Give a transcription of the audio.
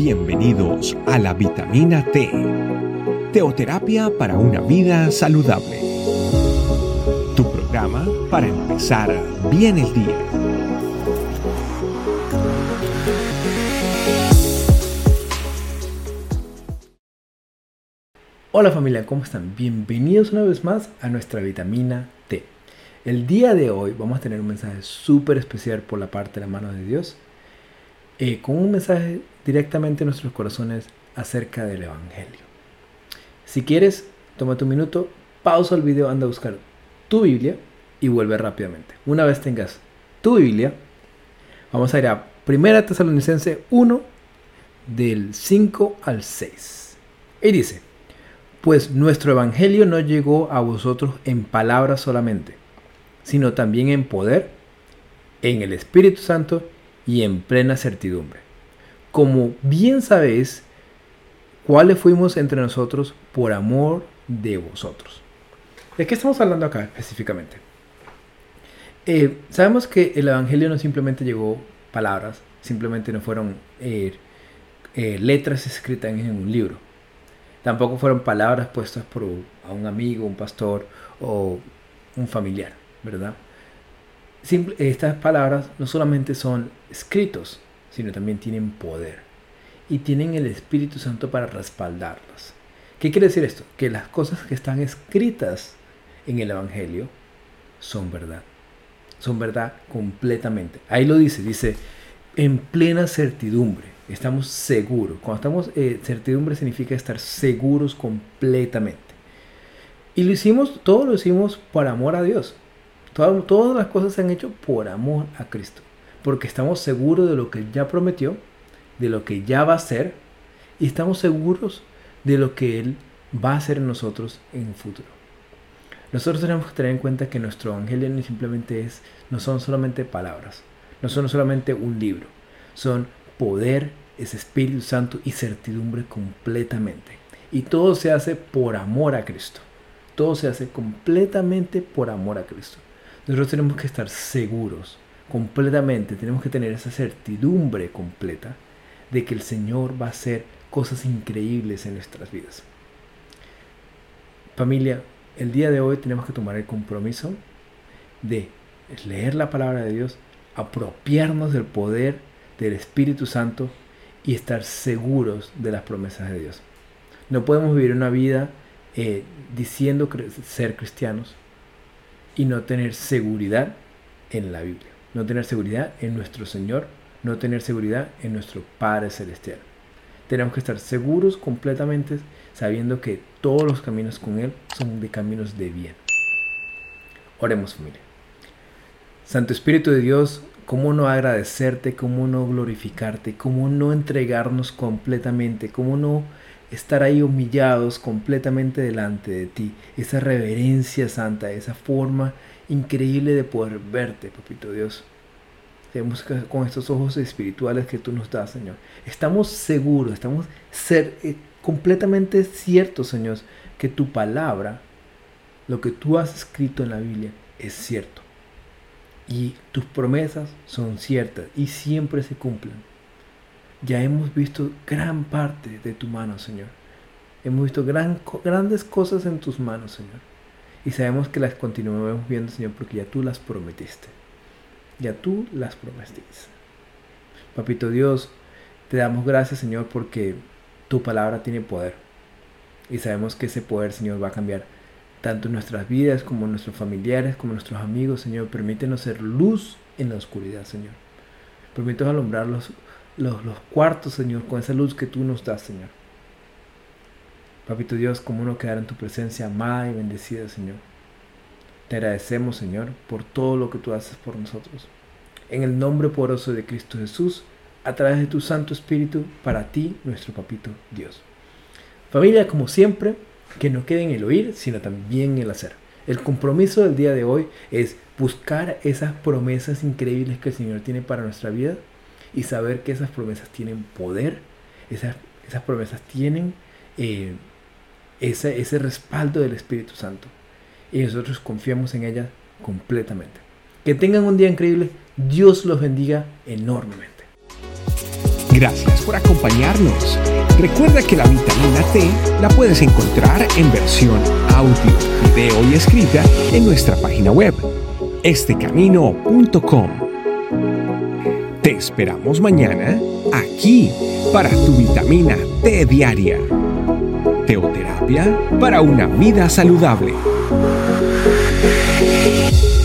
Bienvenidos a la Vitamina T, teoterapia para una vida saludable. Tu programa para empezar bien el día. Hola familia, ¿cómo están? Bienvenidos una vez más a nuestra Vitamina T. El día de hoy vamos a tener un mensaje súper especial por la parte de la mano de Dios, con un mensaje directamente en nuestros corazones acerca del Evangelio. Si quieres, tómate un minuto, pausa el video, anda a buscar tu Biblia y vuelve rápidamente. Una vez tengas tu Biblia, vamos a ir a 1 Tesalonicenses 1, del 5 al 6. Y dice: Pues nuestro Evangelio no llegó a vosotros en palabras solamente, sino también en poder, en el Espíritu Santo y en plena certidumbre. Como bien sabéis, cuáles fuimos entre nosotros por amor de vosotros. ¿De qué estamos hablando acá específicamente? Sabemos que el Evangelio no simplemente llegó palabras, simplemente no fueron letras escritas en un libro. Tampoco fueron palabras puestas por a un amigo, un pastor o un familiar, ¿verdad? Estas palabras no solamente son escritos, sino también tienen poder y tienen el Espíritu Santo para respaldarlas. ¿Qué quiere decir esto? Que las cosas que están escritas en el Evangelio son verdad completamente. Ahí lo dice en plena certidumbre. Estamos seguros. Cuando estamos, certidumbre significa estar seguros completamente. Y todo lo hicimos por amor a Dios. Todas las cosas se han hecho por amor a Cristo. Porque estamos seguros de lo que ya prometió, de lo que ya va a hacer, y estamos seguros de lo que Él va a hacer en nosotros en el futuro. Nosotros tenemos que tener en cuenta que nuestro Evangelio no son solamente palabras, no son solamente un libro, son poder, es Espíritu Santo y certidumbre completamente. Y todo se hace por amor a Cristo. Todo se hace completamente por amor a Cristo. Nosotros tenemos que estar seguros completamente, tenemos que tener esa certidumbre completa de que el Señor va a hacer cosas increíbles en nuestras vidas. Familia, el día de hoy tenemos que tomar el compromiso de leer la palabra de Dios, apropiarnos del poder del Espíritu Santo y estar seguros de las promesas de Dios. No podemos vivir una vida diciendo ser cristianos y no tener seguridad en la Biblia, no tener seguridad en nuestro Señor, no tener seguridad en nuestro Padre Celestial. Tenemos que estar seguros completamente, sabiendo que todos los caminos con Él son de caminos de bien. Oremos, familia. Santo Espíritu de Dios, ¿cómo no agradecerte? ¿Cómo no glorificarte? ¿Cómo no entregarnos completamente? ¿Cómo no estar ahí humillados completamente delante de ti? Esa reverencia santa, esa forma increíble de poder verte, Papito Dios. Tenemos que, con estos ojos espirituales que tú nos das, Señor, estamos seguros, estamos completamente ciertos, Señor, que tu palabra, lo que tú has escrito en la Biblia, es cierto. Y tus promesas son ciertas y siempre se cumplen. Ya hemos visto gran parte de tu mano, Señor. Hemos visto grandes cosas en tus manos, Señor. Y sabemos que las continuaremos viendo, Señor, porque ya tú las prometiste. Ya tú las prometiste. Papito Dios, te damos gracias, Señor, porque tu palabra tiene poder. Y sabemos que ese poder, Señor, va a cambiar tanto nuestras vidas como nuestros familiares, como nuestros amigos, Señor. Permítenos ser luz en la oscuridad, Señor. Permítenos alumbrar los cuartos, Señor, con esa luz que tú nos das, Señor. Papito Dios, cómo no quedar en tu presencia amada y bendecida, Señor. Te agradecemos, Señor, por todo lo que tú haces por nosotros. En el nombre poderoso de Cristo Jesús, a través de tu Santo Espíritu, para ti, nuestro Papito Dios. Familia, como siempre, que no quede en el oír, sino también en el hacer. El compromiso del día de hoy es buscar esas promesas increíbles que el Señor tiene para nuestra vida y saber que esas promesas tienen poder, esas promesas tienen ese respaldo del Espíritu Santo. Y nosotros confiamos en ellas completamente. Que tengan un día increíble. Dios los bendiga enormemente. Gracias por acompañarnos. Recuerda que la vitamina T la puedes encontrar en versión audio, video y escrita en nuestra página web, estecamino.com. Te esperamos mañana aquí para tu vitamina T diaria. Teoterapia para una vida saludable.